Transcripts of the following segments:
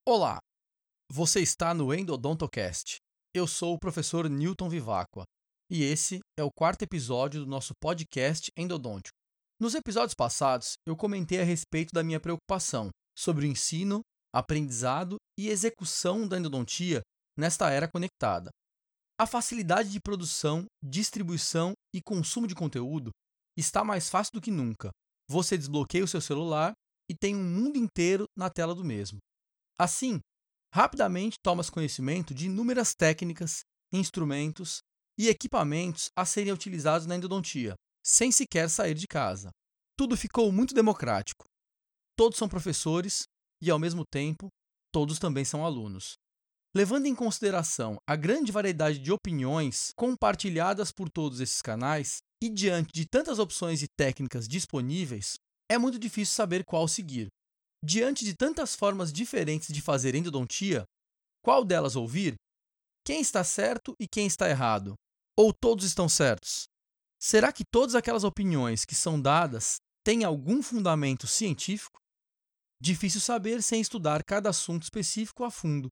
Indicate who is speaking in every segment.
Speaker 1: Olá, você está no Endodontocast. Eu sou o professor Newton Vivacqua e esse é o quarto episódio do nosso podcast endodôntico. Nos episódios passados, eu comentei a respeito da minha preocupação sobre o ensino, aprendizado e execução da endodontia nesta era conectada. A facilidade de produção, distribuição e consumo de conteúdo está mais fácil do que nunca. Você desbloqueia o seu celular e tem um mundo inteiro na tela do mesmo. Assim, rapidamente tomas conhecimento de inúmeras técnicas, instrumentos e equipamentos a serem utilizados na endodontia, sem sequer sair de casa. Tudo ficou muito democrático. Todos são professores e, ao mesmo tempo, todos também são alunos. Levando em consideração a grande variedade de opiniões compartilhadas por todos esses canais e diante de tantas opções e técnicas disponíveis, é muito difícil saber qual seguir. Diante de tantas formas diferentes de fazer endodontia, qual delas ouvir? Quem está certo e quem está errado? Ou todos estão certos? Será que todas aquelas opiniões que são dadas têm algum fundamento científico? Difícil saber sem estudar cada assunto específico a fundo.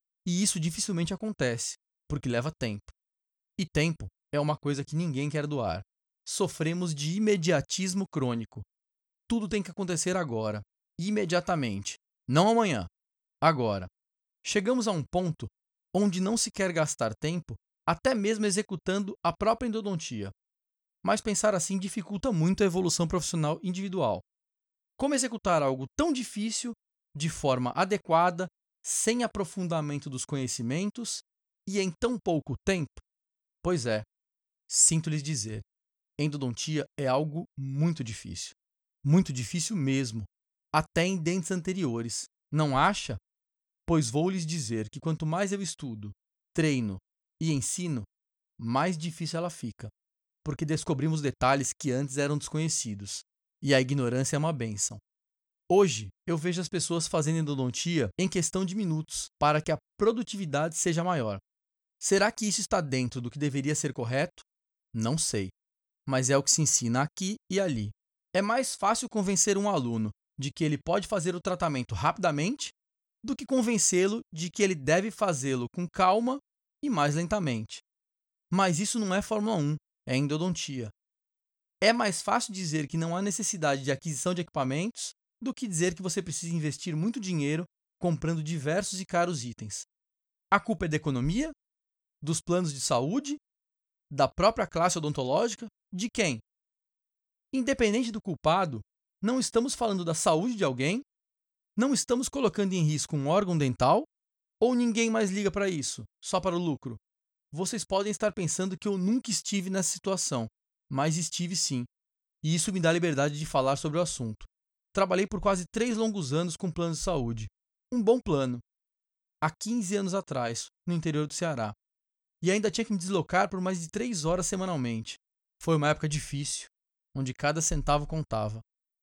Speaker 1: E isso dificilmente acontece, porque leva tempo. E tempo é uma coisa que ninguém quer doar. Sofremos de imediatismo crônico. Tudo tem que acontecer agora, imediatamente, não amanhã, agora. Chegamos a um ponto onde não se quer gastar tempo, até mesmo executando a própria endodontia. Mas pensar assim dificulta muito a evolução profissional individual. Como executar algo tão difícil de forma adequada, sem aprofundamento dos conhecimentos e em tão pouco tempo? Pois é, sinto lhes dizer, endodontia é algo muito difícil. Muito difícil mesmo, até em dentes anteriores. Não acha? Pois vou lhes dizer que quanto mais eu estudo, treino e ensino, mais difícil ela fica, porque descobrimos detalhes que antes eram desconhecidos, e a ignorância é uma bênção. Hoje, eu vejo as pessoas fazendo endodontia em questão de minutos para que a produtividade seja maior. Será que isso está dentro do que deveria ser correto? Não sei, mas é o que se ensina aqui e ali. É mais fácil convencer um aluno de que ele pode fazer o tratamento rapidamente do que convencê-lo de que ele deve fazê-lo com calma e mais lentamente. Mas isso não é Fórmula 1, é endodontia. É mais fácil dizer que não há necessidade de aquisição de equipamentos do que dizer que você precisa investir muito dinheiro comprando diversos e caros itens. A culpa é da economia? Dos planos de saúde? Da própria classe odontológica? De quem? Independente do culpado, não estamos falando da saúde de alguém? Não estamos colocando em risco um órgão dental? Ou ninguém mais liga para isso, só para o lucro? Vocês podem estar pensando que eu nunca estive nessa situação, mas estive sim, e isso me dá liberdade de falar sobre o assunto. Trabalhei por quase 3 longos anos com plano de saúde. Um bom plano. Há 15 anos atrás, no interior do Ceará. E ainda tinha que me deslocar por mais de 3 horas semanalmente. Foi uma época difícil, onde cada centavo contava.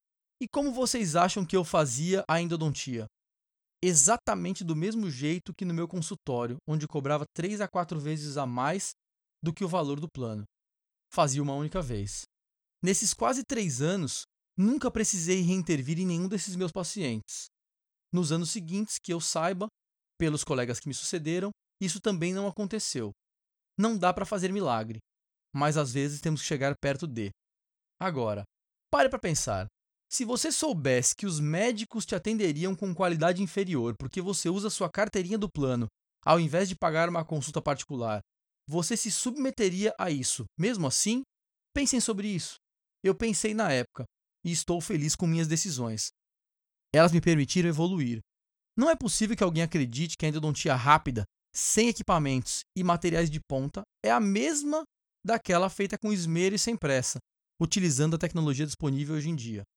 Speaker 1: E como vocês acham que eu fazia a endodontia? Exatamente do mesmo jeito que no meu consultório, onde cobrava 3 a 4 vezes a mais do que o valor do plano. Fazia uma única vez. Nesses quase 3 anos, nunca precisei reintervir em nenhum desses meus pacientes. Nos anos seguintes, que eu saiba, pelos colegas que me sucederam, isso também não aconteceu. Não dá para fazer milagre, mas às vezes temos que chegar perto de. Agora, pare para pensar. Se você soubesse que os médicos te atenderiam com qualidade inferior porque você usa sua carteirinha do plano, ao invés de pagar uma consulta particular, você se submeteria a isso, mesmo assim? Pensem sobre isso. Eu pensei na época e estou feliz com minhas decisões. Elas me permitiram evoluir. Não é possível que alguém acredite que a endodontia rápida, sem equipamentos e materiais de ponta, é a mesma daquela feita com esmero e sem pressa, utilizando a tecnologia disponível hoje em dia.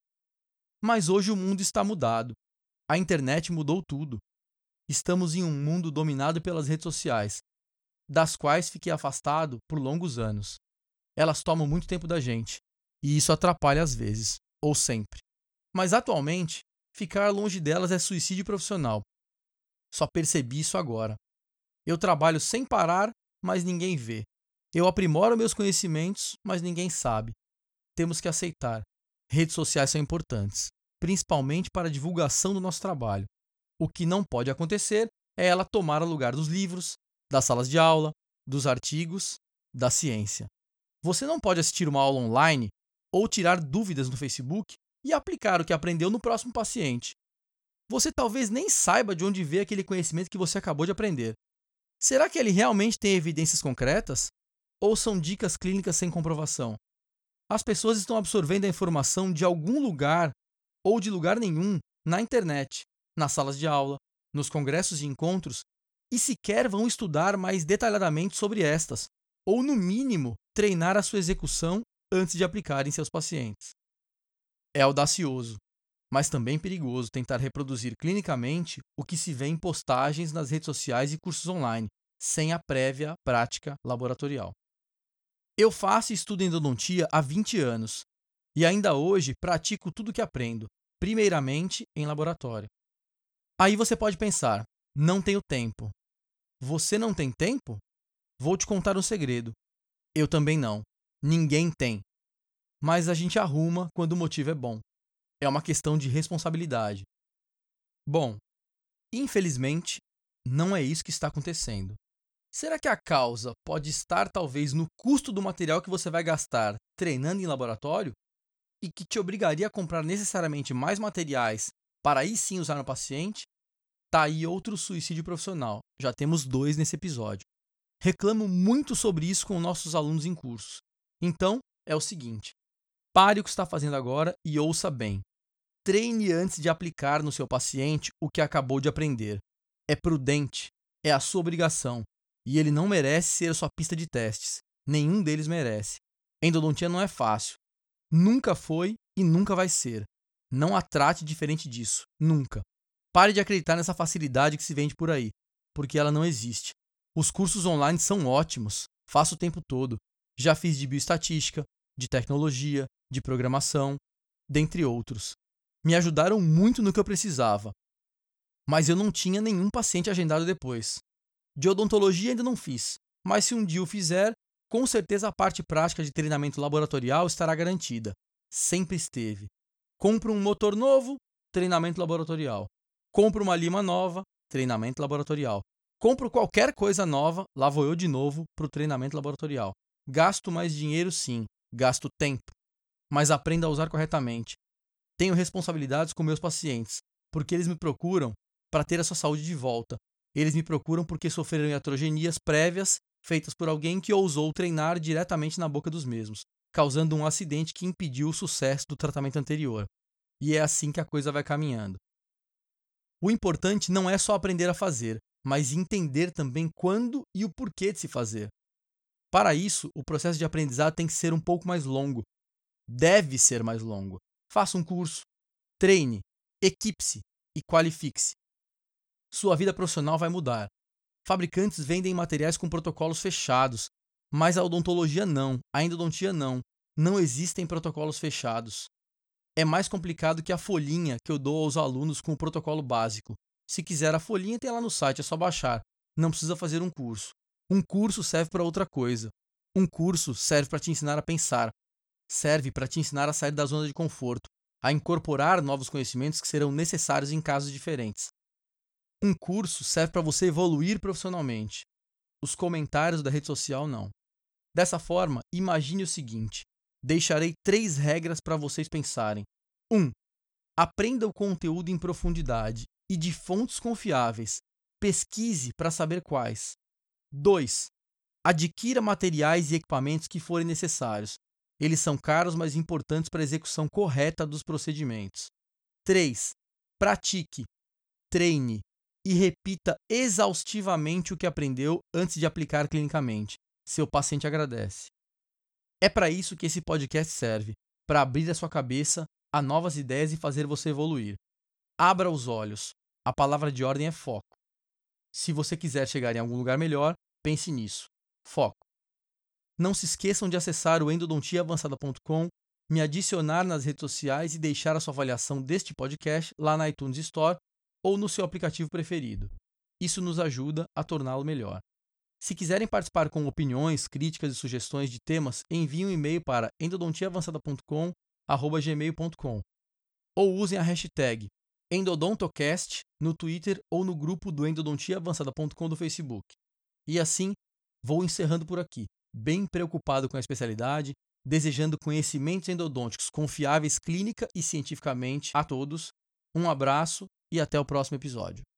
Speaker 1: Mas hoje o mundo está mudado. A internet mudou tudo. Estamos em um mundo dominado pelas redes sociais, das quais fiquei afastado por longos anos. Elas tomam muito tempo da gente, e isso atrapalha às vezes, ou sempre. Mas atualmente, ficar longe delas é suicídio profissional. Só percebi isso agora. Eu trabalho sem parar, mas ninguém vê. Eu aprimoro meus conhecimentos, mas ninguém sabe. Temos que aceitar. Redes sociais são importantes, principalmente para a divulgação do nosso trabalho. O que não pode acontecer é ela tomar o lugar dos livros, das salas de aula, dos artigos, da ciência. Você não pode assistir uma aula online ou tirar dúvidas no Facebook e aplicar o que aprendeu no próximo paciente. Você talvez nem saiba de onde veio aquele conhecimento que você acabou de aprender. Será que ele realmente tem evidências concretas? Ou são dicas clínicas sem comprovação? As pessoas estão absorvendo a informação de algum lugar ou de lugar nenhum na internet, nas salas de aula, nos congressos e encontros, e sequer vão estudar mais detalhadamente sobre estas, ou, no mínimo, treinar a sua execução antes de aplicar em seus pacientes. É audacioso, mas também perigoso tentar reproduzir clinicamente o que se vê em postagens nas redes sociais e cursos online, sem a prévia prática laboratorial. Eu faço e estudo endodontia há 20 anos e ainda hoje pratico tudo o que aprendo, primeiramente em laboratório. Aí você pode pensar, não tenho tempo. Você não tem tempo? Vou te contar um segredo. Eu também não. Ninguém tem. Mas a gente arruma quando o motivo é bom. É uma questão de responsabilidade. Bom, infelizmente, não é isso que está acontecendo. Será que a causa pode estar talvez no custo do material que você vai gastar treinando em laboratório e que te obrigaria a comprar necessariamente mais materiais para aí sim usar no paciente? Tá aí outro suicídio profissional. Já temos 2 nesse episódio. Reclamo muito sobre isso com nossos alunos em cursos. Então, é o seguinte: pare o que está fazendo agora e ouça bem. Treine antes de aplicar no seu paciente o que acabou de aprender. É prudente, é a sua obrigação, e ele não merece ser a sua pista de testes. Nenhum deles merece. Endodontia não é fácil. Nunca foi e nunca vai ser. Não a trate diferente disso. Nunca. Pare de acreditar nessa facilidade que se vende por aí, porque ela não existe. Os cursos online são ótimos. Faço o tempo todo. Já fiz de bioestatística, de tecnologia, de programação, dentre outros. Me ajudaram muito no que eu precisava, mas eu não tinha nenhum paciente agendado depois. De odontologia ainda não fiz, mas se um dia o fizer, com certeza a parte prática de treinamento laboratorial estará garantida. Sempre esteve. Compro um motor novo, treinamento laboratorial. Compro uma lima nova, treinamento laboratorial. Compro qualquer coisa nova, lá vou eu de novo para o treinamento laboratorial. Gasto mais dinheiro, sim. Gasto tempo. Mas aprenda a usar corretamente. Tenho responsabilidades com meus pacientes, porque eles me procuram para ter a sua saúde de volta. Eles me procuram porque sofreram iatrogenias prévias feitas por alguém que ousou treinar diretamente na boca dos mesmos, causando um acidente que impediu o sucesso do tratamento anterior. E é assim que a coisa vai caminhando. O importante não é só aprender a fazer, mas entender também quando e o porquê de se fazer. Para isso, o processo de aprendizado tem que ser um pouco mais longo. Deve ser mais longo. Faça um curso, treine, equipe-se e qualifique-se. Sua vida profissional vai mudar. Fabricantes vendem materiais com protocolos fechados, mas a odontologia não, a endodontia não. Não existem protocolos fechados. É mais complicado que a folhinha que eu dou aos alunos com o protocolo básico. Se quiser a folhinha, tem lá no site, é só baixar. Não precisa fazer um curso. Um curso serve para outra coisa. Um curso serve para te ensinar a pensar. Serve para te ensinar a sair da zona de conforto, a incorporar novos conhecimentos que serão necessários em casos diferentes. Um curso serve para você evoluir profissionalmente. Os comentários da rede social não. Dessa forma, imagine o seguinte: deixarei 3 regras para vocês pensarem. 1. Aprenda o conteúdo em profundidade e de fontes confiáveis. Pesquise para saber quais. 2. Adquira materiais e equipamentos que forem necessários. Eles são caros, mas importantes para a execução correta dos procedimentos. 3. Pratique, treine e repita exaustivamente o que aprendeu antes de aplicar clinicamente. Seu paciente agradece. É para isso que esse podcast serve, para abrir a sua cabeça a novas ideias e fazer você evoluir. Abra os olhos. A palavra de ordem é foco. Se você quiser chegar em algum lugar melhor, pense nisso. Foco. Não se esqueçam de acessar o endodontiaavançada.com, me adicionar nas redes sociais e deixar a sua avaliação deste podcast lá na iTunes Store ou no seu aplicativo preferido. Isso nos ajuda a torná-lo melhor. Se quiserem participar com opiniões, críticas e sugestões de temas, enviem um e-mail para endodontiaavançada.com@gmail.com ou usem a hashtag Endodontocast no Twitter ou no grupo do endodontiaavançada.com do Facebook. E assim, vou encerrando por aqui, bem preocupado com a especialidade, desejando conhecimentos endodônticos confiáveis clínica e cientificamente a todos. Um abraço e até o próximo episódio.